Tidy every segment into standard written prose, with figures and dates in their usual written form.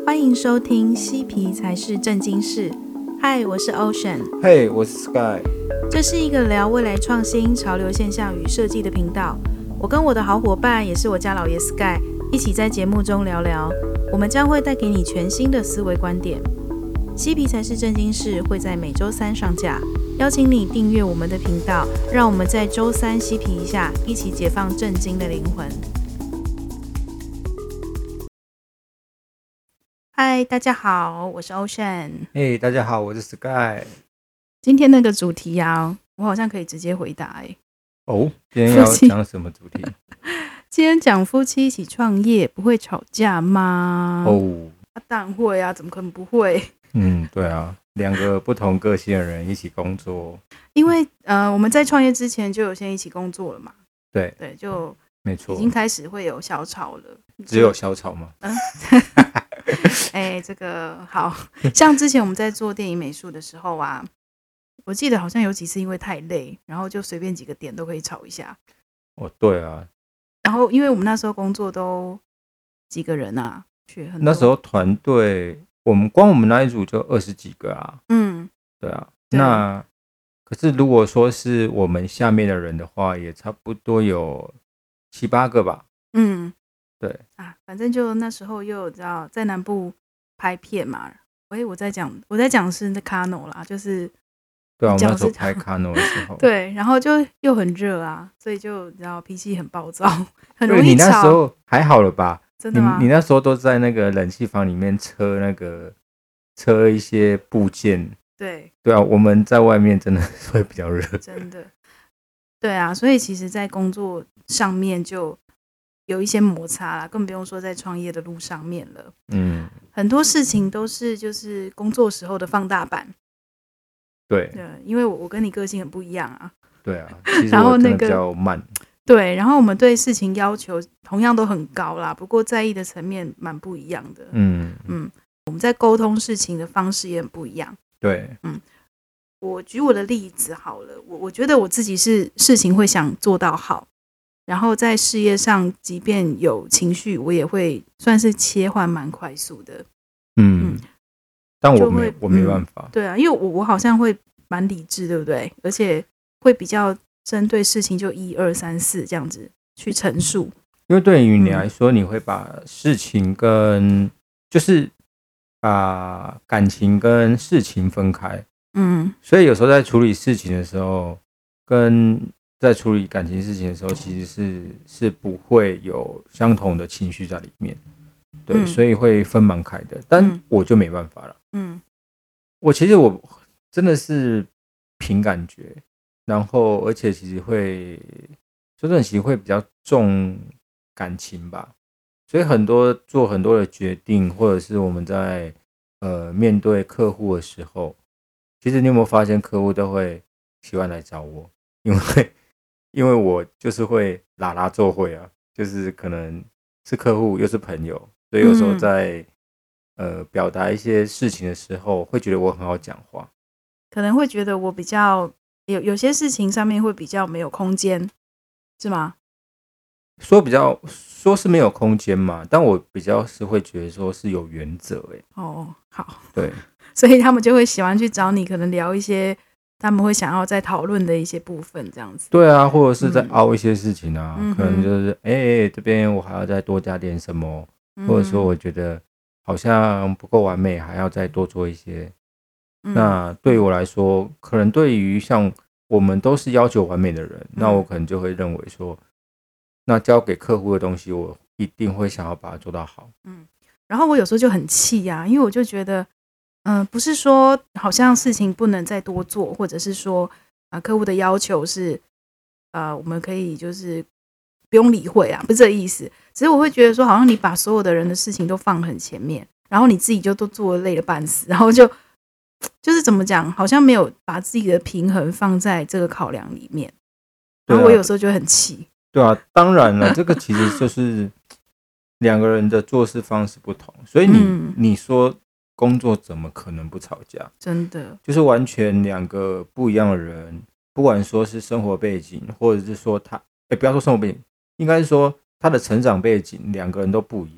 欢迎收听嬉皮才是正经事。嗨，我是 Ocean。 嘿，我是 Sky。 这是一个聊未来创新、潮流现象与设计的频道。我跟我的好伙伴，也是我家老爷 Sky， 一起在节目中聊聊。我们将会带给你全新的思维观点。嬉皮才是正经事会在每周三上架，邀请你订阅我们的频道，让我们在周三嬉皮一下，一起解放正经的灵魂。嗨，大家好，我是 Ocean。 嘿，大家好，我是 Sky。 今天那个主题啊，我好像可以直接回答哦，今天要讲什么主题？ 今天讲夫妻一起创业不会吵架吗？ 哦， 当然会啊，怎么可能不会？ 对啊，两个不同个性的人一起工作， 因为我们在创业之前就有先一起工作了嘛。 对， 就没错， 已经开始会有小吵了。 只有小吵吗？ 这个好像之前我们在做电影美术的时候啊，我记得好像有几次因为太累，然后就随便几个点都可以吵一下。 哦，对啊。 然后因为我们那时候工作都几个人啊， 那时候团队我们那一组就20几个啊。对啊。那可是如果说是我们下面的人的话，也差不多有7、8个吧。对啊，反正就那时候又有知道在南部拍片嘛。我在讲是那卡诺啦，就是对啊，我们那时候拍卡诺的时候， 对，然后就又很热啊，所以就你知道脾气很暴躁，很容易吵。 你那时候还好了吧？ 真的吗？ 你那时候都在那个冷气房里面车一些部件。对啊，我们在外面真的会比较热， 真的。对啊，所以其实在工作上面就有一些摩擦啦，更不用说在创业的路上面了。很多事情都是就是工作时候的放大版。对，因为我跟你个性很不一样啊。 对啊，其实我真的比较慢。 对，然后我们对事情要求同样都很高啦，不过在意的层面蛮不一样的。我们在沟通事情的方式也很不一样。 对， 我举我的例子好了，我觉得我自己是事情会想做到好，然后在事业上即便有情绪，我也会算是切换蛮快速的。 但我没办法。 对啊，因为我好像会蛮理智，对不对？而且会比较针对事情就1、2、3、4这样子去陈述。 因为对于你来说，你会把事情就是把感情跟事情分开。所以有时候在处理事情的时候，跟在处理感情事情的时候，其实是不会有相同的情绪在里面。对，所以会分蛮开的，但我就没办法了。我其实真的是凭感觉，然后而且其实会说真的，其实会比较重感情吧。所以做很多的决定，或者是我们在面对客户的时候，其实你有没有发现客户都会喜欢来找我，因为我就是会拉做会啊，就是可能是客户又是朋友，所以有时候在表达一些事情的时候，会觉得我很好讲话， 可能会觉得我比较有些事情上面会比较没有空间，是吗？ 说是没有空间嘛，但我比较是会觉得说是有原则。 好， 对， 所以他们就会喜欢去找你，可能聊一些他们会想要再讨论的一些部分，这样子。 对啊，或者是在凹一些事情啊，可能就是这边我还要再多加点什么，或者说我觉得好像不够完美，还要再多做一些。那对于我来说，可能对于像我们都是要求完美的人，那我可能就会认为说，那交给客户的东西，我一定会想要把它做到好。 然后我有时候就很气啊，因为我就觉得，不是说好像事情不能再多做，或者是说客户的要求是我们可以就是不用理会啊，不是这个意思。只是我会觉得说，好像你把所有的人的事情都放很前面，然后你自己就都做得累得半死，然后就是怎么讲，好像没有把自己的平衡放在这个考量里面。然后我有时候就会很气。 对啊，当然了，这个其实就是两个人的做事方式不同，所以你说工作怎么可能不吵架？ 真的， 就是完全两个不一样的人，不管说是生活背景，或者是说不要说生活背景，应该是说他的成长背景，两个人都不一样。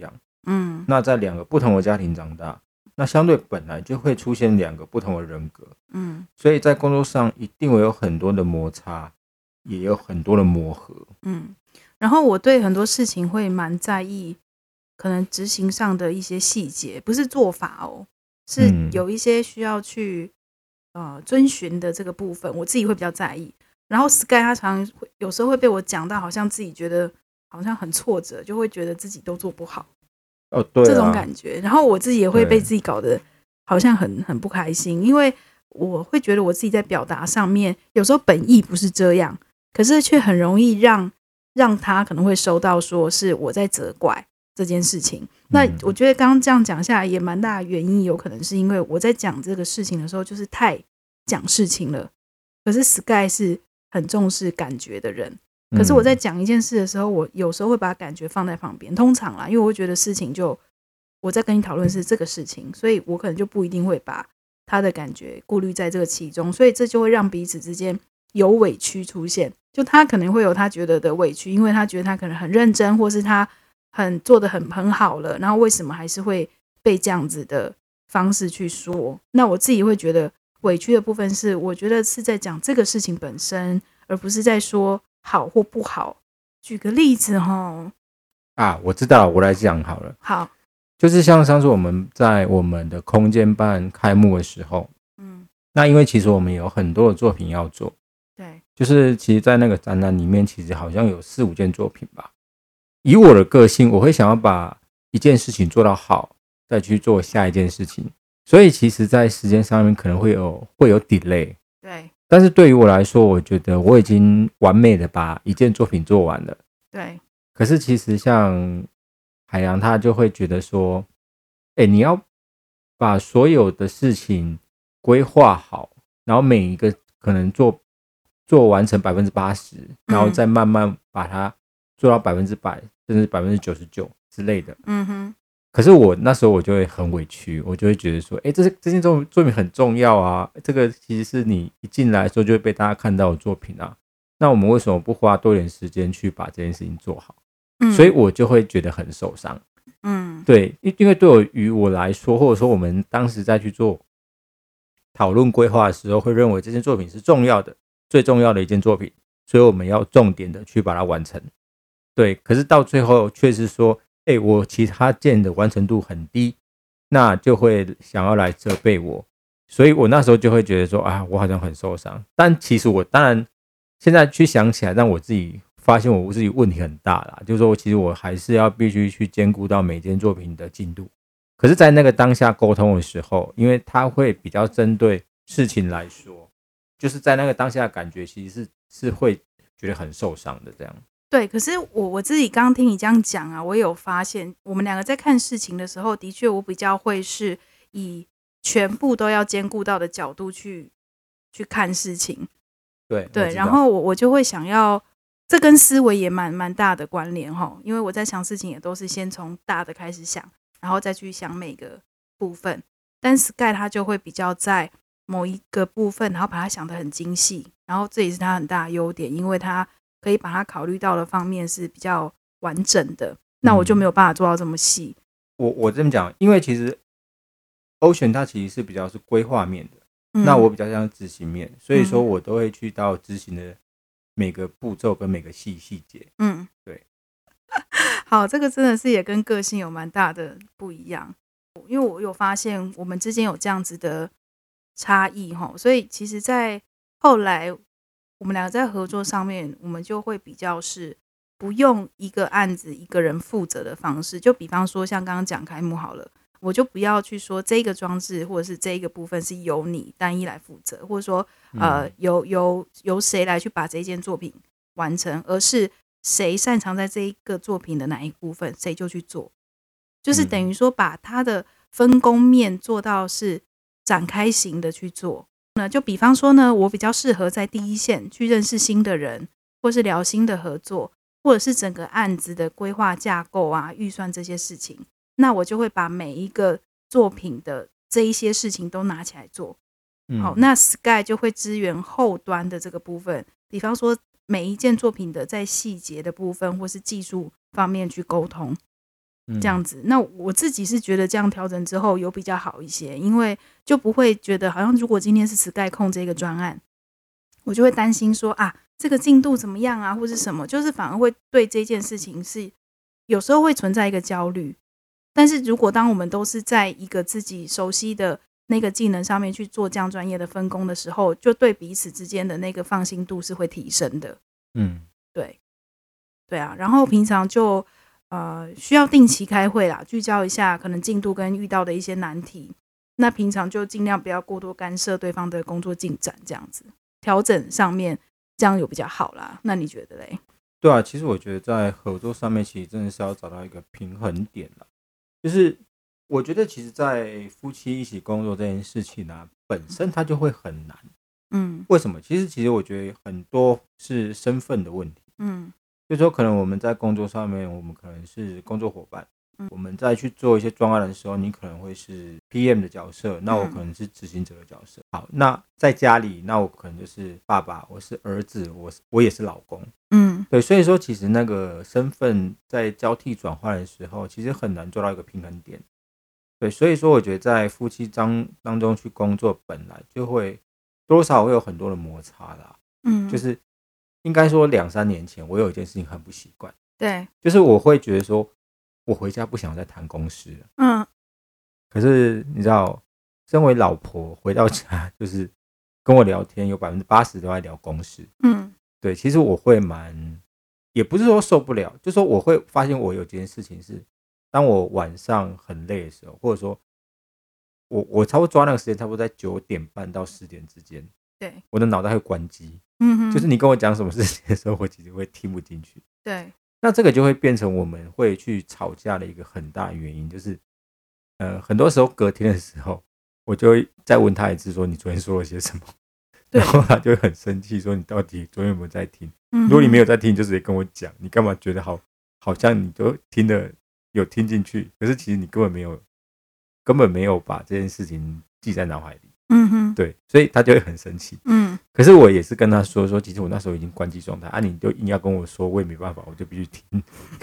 那在2个不同的家庭长大，那相对本来就会出现2个不同的人格，所以在工作上一定会有很多的摩擦，也有很多的磨合。 然后我对很多事情会蛮在意，可能执行上的一些细节，不是做法哦，是有一些需要去遵循的这个部分，我自己会比较在意。然后 Sky 他常有时候会被我讲到，好像自己觉得好像很挫折，就会觉得自己都做不好。 对啊， 这种感觉，然后我自己也会被自己搞得好像很不开心，因为我会觉得我自己在表达上面有时候本意不是这样，可是却很容易让他可能会收到说是我在责怪这件事情。那我觉得刚刚这样讲下来也蛮大的原因，有可能是因为我在讲这个事情的时候就是太讲事情了，可是 Sky 是很重视感觉的人，可是我在讲一件事的时候，我有时候会把感觉放在旁边。通常啦，因为我会觉得事情就我在跟你讨论是这个事情，所以我可能就不一定会把他的感觉顾虑在这个其中，所以这就会让彼此之间有委屈出现。就他可能会有他觉得的委屈，因为他觉得他可能很认真，或是他做得很好了，然后为什么还是会被这样子的方式去说？那我自己会觉得委屈的部分是，我觉得是在讲这个事情本身，而不是在说好或不好。举个例子齁， 我知道了，我来讲好了。 好， 就是像上次我们在我们的空间办开幕的时候，那因为其实我们有很多的作品要做， 对， 就是其实在那个展览里面其实好像有4-5件作品吧。以我的个性，我会想要把一件事情做到好，再去做下一件事情，所以其实在时间上面可能会有 delay。 对， 但是对于我来说，我觉得我已经完美的把一件作品做完了。 对， 可是其实像海洋他就会觉得说，你要把所有的事情规划好，然后每一个可能做完成80%，然后再慢慢把它做到100%，甚至99%之类的。可是我那时候我就会很委屈，我就会觉得说，这件作品很重要啊，这个其实是你一进来的时候就会被大家看到的作品啊，那我们为什么不花多点时间去把这件事情做好？所以我就会觉得很受伤。对，因为对于我来说，或者说我们当时在去做讨论规划的时候，会认为这件作品是重要的，最重要的一件作品，所以我们要重点的去把它完成。对，可是到最后却是说，我其他件的完成度很低，那就会想要来责备我，所以我那时候就会觉得说，我好像很受伤。但其实我当然现在去想起来，让我自己发现我自己问题很大啦，就是说其实我还是要必须去兼顾到每件作品的进度。可是在那个当下沟通的时候，因为他会比较针对事情来说，就是在那个当下的感觉其实是会觉得很受伤的这样。 对，可是我自己刚刚听你这样讲啊，我也有发现，我们两个在看事情的时候，的确我比较会是以全部都要兼顾到的角度去看事情。对，然后我就会想要，这跟思维也蛮大的关联齁，因为我在想事情也都是先从大的开始想，然后再去想每个部分。但 Sky 他就会比较在某一个部分，然后把它想得很精细，然后这也是他很大的优点，因为他可以把它考虑到的方面是比较完整的，那我就没有办法做到这么细。 我这么讲，因为其实 Ocean 它其实是比较是规划面的，那我比较像执行面，所以说我都会去到执行的每个步骤跟每个细节。对。 好，这个真的是也跟个性有蛮大的不一样，因为我有发现我们之间有这样子的差异齁，所以其实在后来我们两个在合作上面，我们就会比较是不用一个案子一个人负责的方式，就比方说像刚刚讲开幕好了，我就不要去说这个装置或者是这一个部分是由你单一来负责，或者说由谁来去把这件作品完成，而是谁擅长在这一个作品的哪一部分，谁就去做，就是等于说把他的分工面做到是展开型的去做。那就比方说呢，我比较适合在第一线去认识新的人，或是聊新的合作，或者是整个案子的规划架构啊、预算这些事情，那我就会把每一个作品的这一些事情都拿起来做。好，那 Sky 就会支援后端的这个部分，比方说每一件作品的在细节的部分或是技术方面去沟通。 这样子。那我自己是觉得这样调整之后有比较好一些，因为就不会觉得好像如果今天是Sky控这个专案，我就会担心说啊这个进度怎么样啊，或是什么，就是反而会对这件事情是有时候会存在一个焦虑。但是如果当我们都是在一个自己熟悉的那个技能上面去做这样专业的分工的时候，就对彼此之间的那个放心度是会提升的。对对啊，然后平常就需要定期开会啦，聚焦一下可能进度跟遇到的一些难题。那平常就尽量不要过多干涉对方的工作进展，这样子调整上面这样有比较好啦。那你觉得嘞？ 对啊，其实我觉得在合作上面，其实真的是要找到一个平衡点啦。就是我觉得其实在夫妻一起工作这件事情啊，本身它就会很难。为什么？其实我觉得很多是身份的问题。就是说可能我们在工作上面，我们可能是工作伙伴，我们在去做一些专案的时候，你可能会是 PM 的角色，那我可能是执行者的角色。好，那在家里，那我可能就是爸爸，我是儿子，我也是老公。对，所以说其实那个身份在交替转换的时候，其实很难做到一个平衡点。对，所以说我觉得在夫妻当中去工作，本来就会多少会有很多的摩擦啦。就是应该说2-3年前，我有一件事情很不习惯。 对， 就是我会觉得说，我回家不想再谈公事了。可是你知道，身为老婆回到家就是跟我聊天，有80%都在聊公事。对，其实我会也不是说受不了，就是说我会发现我有件事情是，当我晚上很累的时候，或者说我差不多抓那个时间，差不多在9点半到10点之间， 对， 我的脑袋会关机。就是你跟我讲什么事情的时候，我其实会听不进去。 对， 那这个就会变成我们会去吵架的一个很大的原因，就是很多时候隔天的时候，我就会再问他一次，说你昨天说了些什么。然后他就会很生气，说你到底昨天有没有在听？如果你没有在听，就直接跟我讲，你干嘛觉得好像你都有听进去，可是其实你根本没有把这件事情记在脑海里。对，所以他就会很生气。可是我也是跟他说，其实我那时候已经关机状态啊，你就硬要跟我说，我也没办法，我就必须听。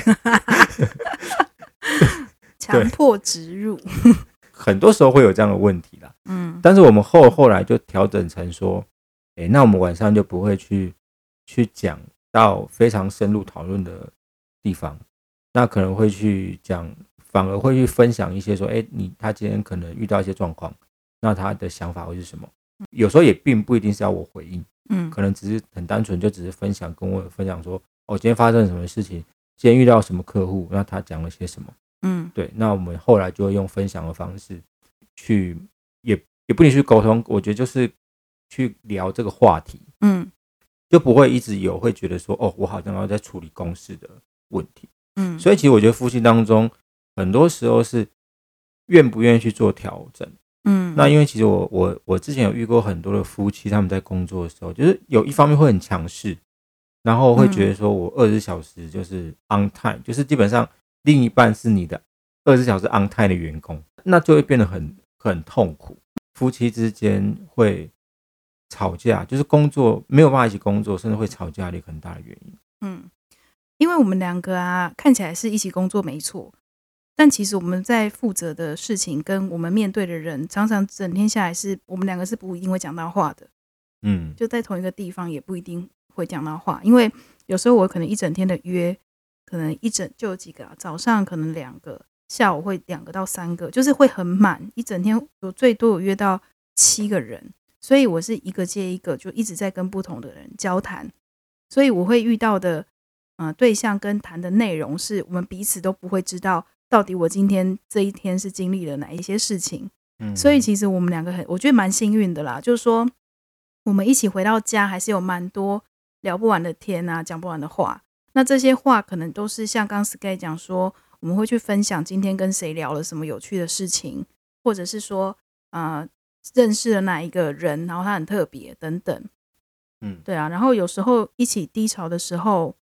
强迫植入。 很多时候会有这样的问题啦。但是我们后来就调整成说，那我们晚上就不会去讲到非常深入讨论的地方，那可能会去讲，反而会去分享一些说，他今天可能遇到一些状况，那他的想法会是什么？有时候也并不一定是要我回应，可能只是很单纯，就只是分享，跟我分享说，今天发生了什么事情，今天遇到什么客户，那他讲了些什么。对，那我们后来就会用分享的方式去，也不一定去沟通，我觉得就是去聊这个话题。就不会一直会觉得说，我好像要在处理公事的问题。所以其实我觉得夫妻当中很多时候是愿不愿意去做调整。那因为其实我之前有遇过很多的夫妻，他们在工作的时候，就是有一方面会很强势，然后会觉得说我24小时就是 on time，就是基本上另一半是你的24小时 on time 的员工，那就会变得很痛苦。夫妻之间会吵架，就是工作没有办法一起工作，甚至会吵架的一个很大的原因。 因为我们两个啊，看起来是一起工作没错，但其实我们在负责的事情跟我们面对的人，常常整天下来是我们两个是不一定会讲到话的。就在同一个地方也不一定会讲到话，因为有时候我可能一整天的约，可能就有几个早上可能2个，下午会2个到3个，就是会很满，一整天最多有约到7个人，所以我是一个接一个，就一直在跟不同的人交谈，所以我会遇到的对象跟谈的内容是我们彼此都不会知道到底我今天这一天是经历了哪一些事情。所以其实我们两个我觉得蛮幸运的啦，就是说我们一起回到家还是有蛮多聊不完的天啊，讲不完的话。那这些话可能都是像刚 Sky 讲说，我们会去分享今天跟谁聊了什么有趣的事情，或者是说认识了哪一个人，然后他很特别等等。对啊，然后有时候一起低潮的时候，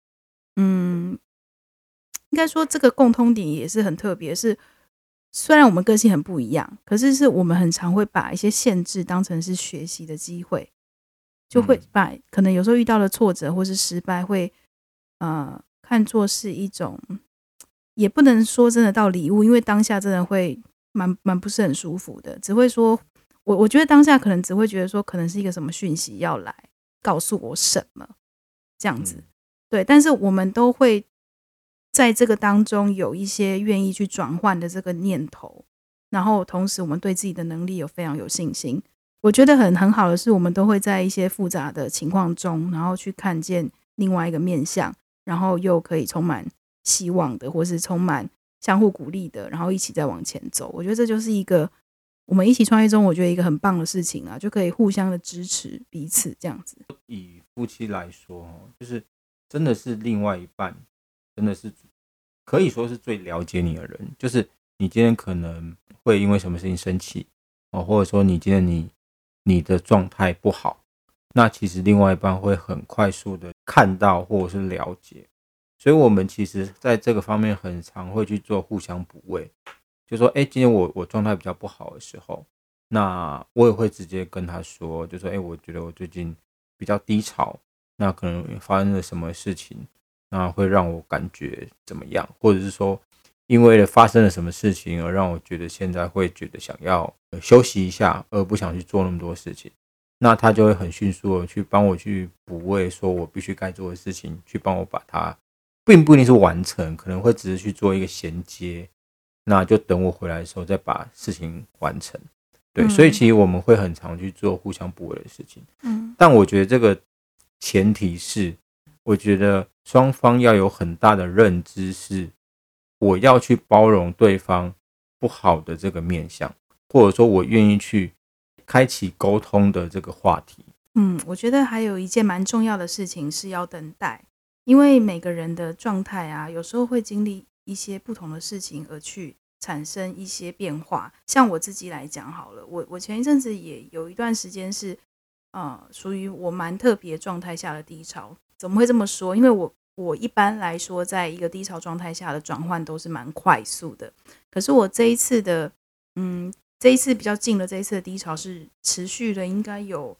应该说这个共通点也是很特别，是虽然我们个性很不一样，可是我们很常会把一些限制当成是学习的机会，就会把可能有时候遇到的挫折或是失败会看作是一种也不能说真的到礼物，因为当下真的会蛮不是很舒服的，只会说我觉得当下可能只会觉得说可能是一个什么讯息要来告诉我什么这样子，对，但是我们都会在这个当中有一些愿意去转换的这个念头，然后同时我们对自己的能力非常有信心。我觉得很好的是，我们都会在一些复杂的情况中，然后去看见另外一个面向，然后又可以充满希望的，或是充满相互鼓励的，然后一起再往前走。我觉得这就是一个我们一起创业中，我觉得一个很棒的事情啊，就可以互相的支持彼此这样子。 以夫妻来说，就是真的是另外一半，真的是可以说是最了解你的人。就是你今天可能会因为什么事情生气，或者说你今天你的状态不好，那其实另外一半会很快速的看到或者是了解。所以我们其实在这个方面很常会去做互相补位，就说今天我状态比较不好的时候，那我也会直接跟他说，就说我觉得我最近比较低潮，那可能发生了什么事情，那会让我感觉怎么样，或者是说因为发生了什么事情而让我觉得现在会觉得想要休息一下，而不想去做那么多事情，那他就会很迅速的去帮我去补位，说我必须该做的事情，去帮我把它并不一定是完成，可能会只是去做一个衔接，那就等我回来的时候再把事情完成。对，所以其实我们会很常去做互相补位的事情。但我觉得这个前提是，我觉得双方要有很大的认知，是我要去包容对方不好的这个面向，或者说我愿意去开启沟通的这个话题。 我觉得还有一件蛮重要的事情是要等待，因为每个人的状态啊，有时候会经历一些不同的事情而去产生一些变化。像我自己来讲好了，我前一阵子也有一段时间是属于我蛮特别状态下的低潮。怎么会这么说？因为我一般来说在一个低潮状态下的转换都是蛮快速的，可是我这一次比较近的这一次的低潮是持续了应该有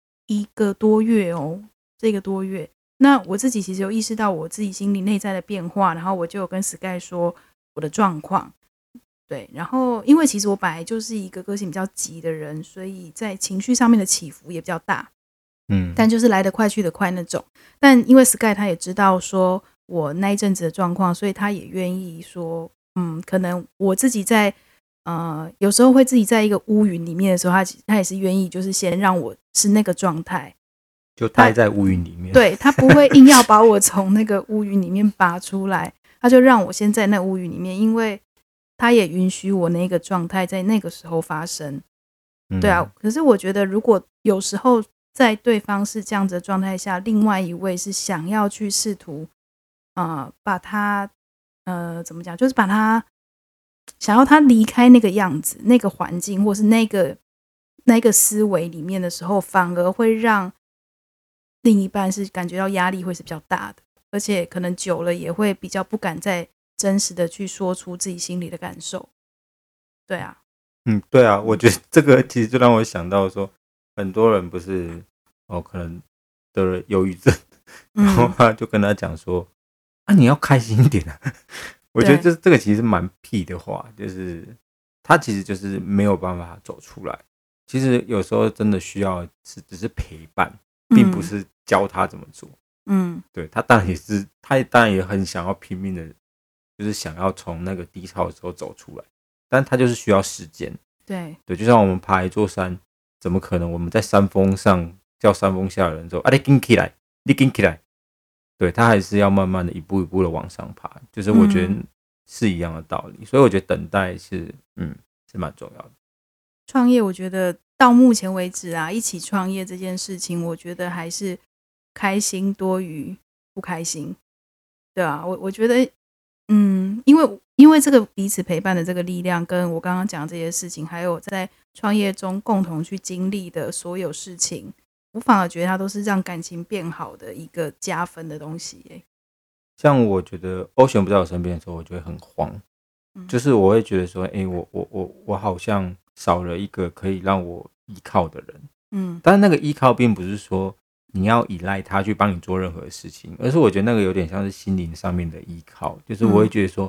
1个多月哦，这个多月。那我自己其实有意识到我自己心里内在的变化，然后我就有跟 Sky 说我的状况。对，然后因为其实我本来就是一个个性比较急的人，所以在情绪上面的起伏也比较大。但就是来得快去得快那种。但因为 Sky 他也知道说我那一阵子的状况，所以他也愿意说，可能我自己在有时候会自己在一个乌云里面的时候，他也是愿意就是先让我是那个状态， 就待在乌云里面。 对，他不会硬要把我从那个乌云里面拔出来，他就让我先在那乌云里面，因为他也允许我那个状态在那个时候发生。对啊，可是我觉得如果有时候在对方是这样子的状态下，另外一位是想要去试图把他怎么讲，就是把他想要他离开那个样子、那个环境，或是那个思维里面的时候，反而会让另一半是感觉到压力会是比较大的，而且可能久了也会比较不敢再真实的去说出自己心里的感受。对啊， 对啊，我觉得这个其实就让我想到说，很多人不是可能得了忧郁症，然后他就跟他讲说，你要开心一点啊。我觉得这个其实蛮屁的话，就是他其实就是没有办法走出来。其实有时候真的需要只是陪伴，并不是教他怎么做。对，他当然也很想要拼命的，就是想要从那个低潮的时候走出来，但他就是需要时间。 对， 就像我们爬一座山，怎么可能我们在山峰上叫山峰下的人说你跟起来，你跟起来？对，他还是要慢慢的一步一步的往上爬，就是我觉得是一样的道理。所以我觉得等待是蛮重要的。 创业我觉得到目前为止啊，一起创业这件事情，我觉得还是开心多于不开心。对啊，我觉得因为这个彼此陪伴的这个力量，跟我刚刚讲这些事情，还有在创业中共同去经历的所有事情，我反而觉得它都是让感情变好的一个加分的东西耶。 像我觉得Ocean不在我身边的时候，我就会很慌，就是我会觉得说，我好像少了一个可以让我依靠的人。但是那个依靠并不是说你要依赖他去帮你做任何事情，而是我觉得那个有点像是心灵上面的依靠，就是我会觉得说，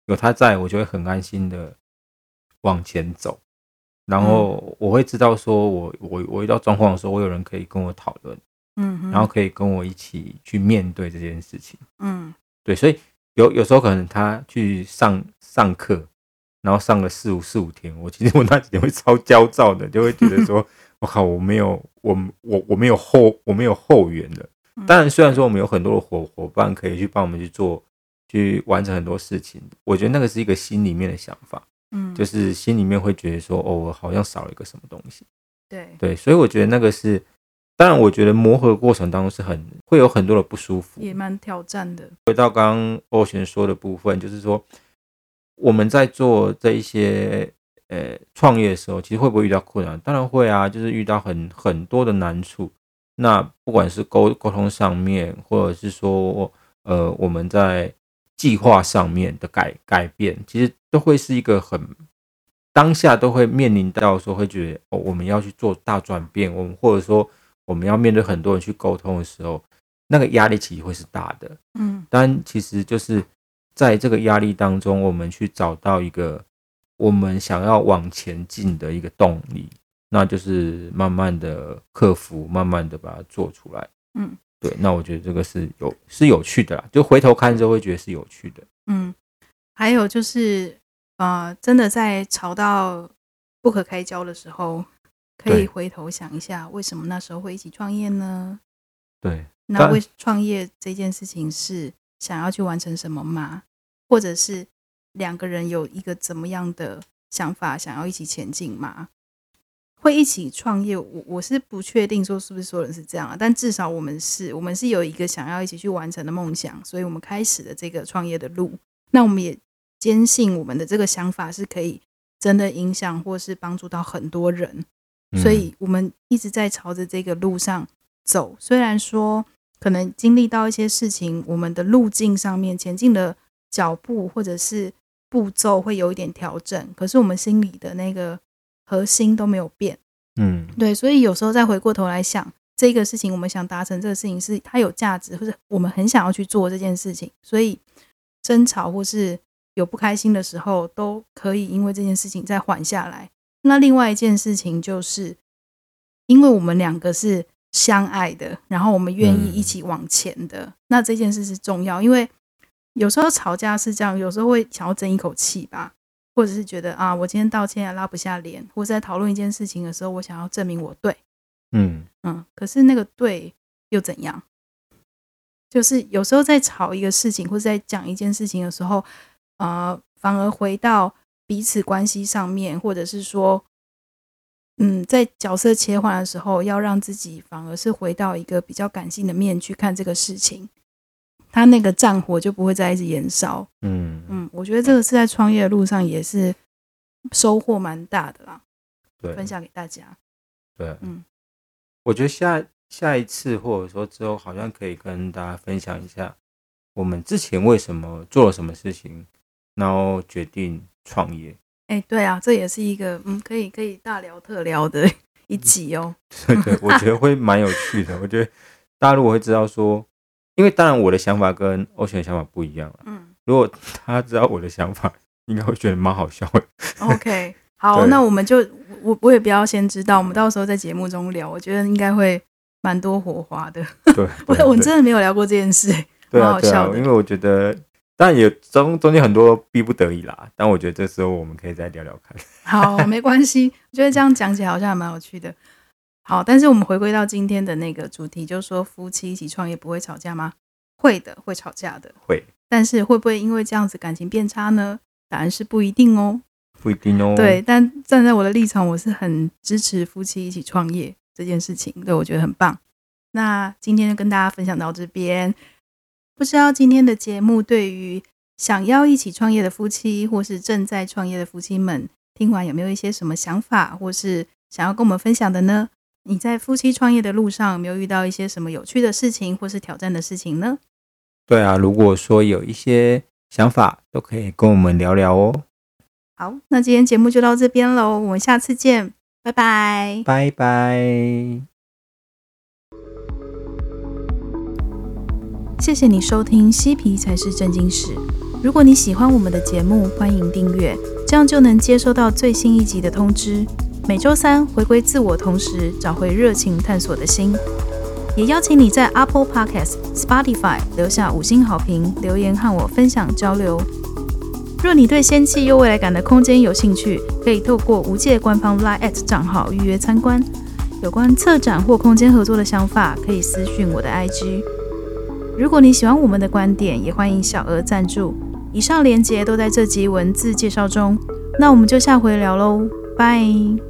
有他在，我就会很安心的往前走。然后我会知道说我遇到状况的时候，我有人可以跟我讨论，然后可以跟我一起去面对这件事情。对，所以有时候可能他去上课，然后上了四五天，其实我那几天会超焦躁的，就会觉得说我靠，我没有后援的。当然虽然说我们有很多的伙伴可以去帮我们去完成很多事情，我觉得那个是一个心里面的想法，就是心里面会觉得说我好像少了一个什么东西。对，所以我觉得那个是，当然我觉得磨合过程当中会有很多的不舒服， 也蛮挑战的。 回到刚刚Ocean说的部分，就是说我们在做这一些创业的时候，其实会不会遇到困难？当然会啊，就是遇到很多的难处。那不管是沟通上面，或者是说我们在计划上面的改变，其实都会是一个当下都会面临到说会觉得我们要去做大转变，或者说我们要面对很多人去沟通的时候，那个压力其实会是大的。但其实就是在这个压力当中，我们去找到一个我们想要往前进的一个动力，那就是慢慢的克服，慢慢的把它做出来。对，那我觉得这个是有趣的啦，就回头看之后会觉得是有趣的。 还有就是真的在吵到不可开交的时候，可以回头想一下，为什么那时候会一起创业呢？ 对， 那创业这件事情是想要去完成什么吗？或者是两个人有一个怎么样的想法想要一起前进吗？会一起创业，我是不确定说是不是所有人是这样但至少我们是有一个想要一起去完成的梦想，所以我们开始了这个创业的路。那我们也坚信我们的这个想法是可以真的影响或是帮助到很多人，所以我们一直在朝着这个路上走。虽然说可能经历到一些事情，我们的路径上面前进的脚步或者是步骤会有一点调整，可是我们心里的那个核心都没有变。对，所以有时候再回过头来想这个事情，我们想达成这个事情是它有价值，或者我们很想要去做这件事情，所以争吵或是有不开心的时候都可以因为这件事情再缓下来。那另外一件事情就是因为我们两个是相爱的，然后我们愿意一起往前的，那这件事是重要。因为有时候吵架是这样，有时候会想要争一口气吧，或者是觉得我今天道歉也拉不下脸，或者在讨论一件事情的时候，我想要证明我对。可是那个对又怎样？就是有时候在吵一个事情或者在讲一件事情的时候反而回到彼此关系上面，或者是说在角色切换的时候，要让自己反而是回到一个比较感性的面去看这个事情，他那个战火就不会再一直延烧。我觉得这个是在创业的路上也是收获蛮大的啦，对，分享给大家。 对，我觉得下一次或者说之后，好像可以跟大家分享一下我们之前为什么做了什么事情，然后决定创业。 对啊，这也是一个可以大聊特聊的一集哦。 对，我觉得会蛮有趣的。我觉得大家如果会知道说，因为当然我的想法跟Ocean的想法不一样如果他知道我的想法，应该会觉得蛮好笑的。 OK， 好，那我们就我也不要先知道，我们到时候在节目中聊，我觉得应该会蛮多火花的。 对， 我真的没有聊过这件事，蛮好笑的。 因为我觉得，当然也中间很多逼不得已啦，但我觉得这时候我们可以再聊聊看。 好，没关系，我觉得这样讲起来好像还蛮有趣的。好，但是我们回归到今天的那个主题，就是说夫妻一起创业不会吵架吗？会的，会吵架的， 会。 但是会不会因为这样子感情变差呢？答案是不一定哦。 不一定哦。 对，但站在我的立场，我是很支持夫妻一起创业这件事情，对，我觉得很棒。那今天就跟大家分享到这边，不知道今天的节目对于想要一起创业的夫妻，或是正在创业的夫妻们，听完有没有一些什么想法，或是想要跟我们分享的呢？你在夫妻创业的路上有没有遇到一些什么有趣的事情，或是挑战的事情呢？ 对啊，如果说有一些想法，都可以跟我们聊聊哦。 好，那今天节目就到这边咯，我们下次见，拜拜。 拜拜。 谢谢你收听嬉皮才是正经事。 如果你喜欢我们的节目，欢迎订阅，这样就能接收到最新一集的通知。每周三回归自我，同时找回热情探索的心。也邀请你在 Apple Podcast、Spotify 留下5星好评，留言和我分享交流。若你对仙气又未来感的空间有兴趣，可以透过无界官方 Line@ 账号预约参观。有关策展或空间合作的想法，可以私讯我的 IG。如果你喜欢我们的观点，也欢迎小额赞助。以上连结都在这集文字介绍中。那我们就下回聊喽，拜。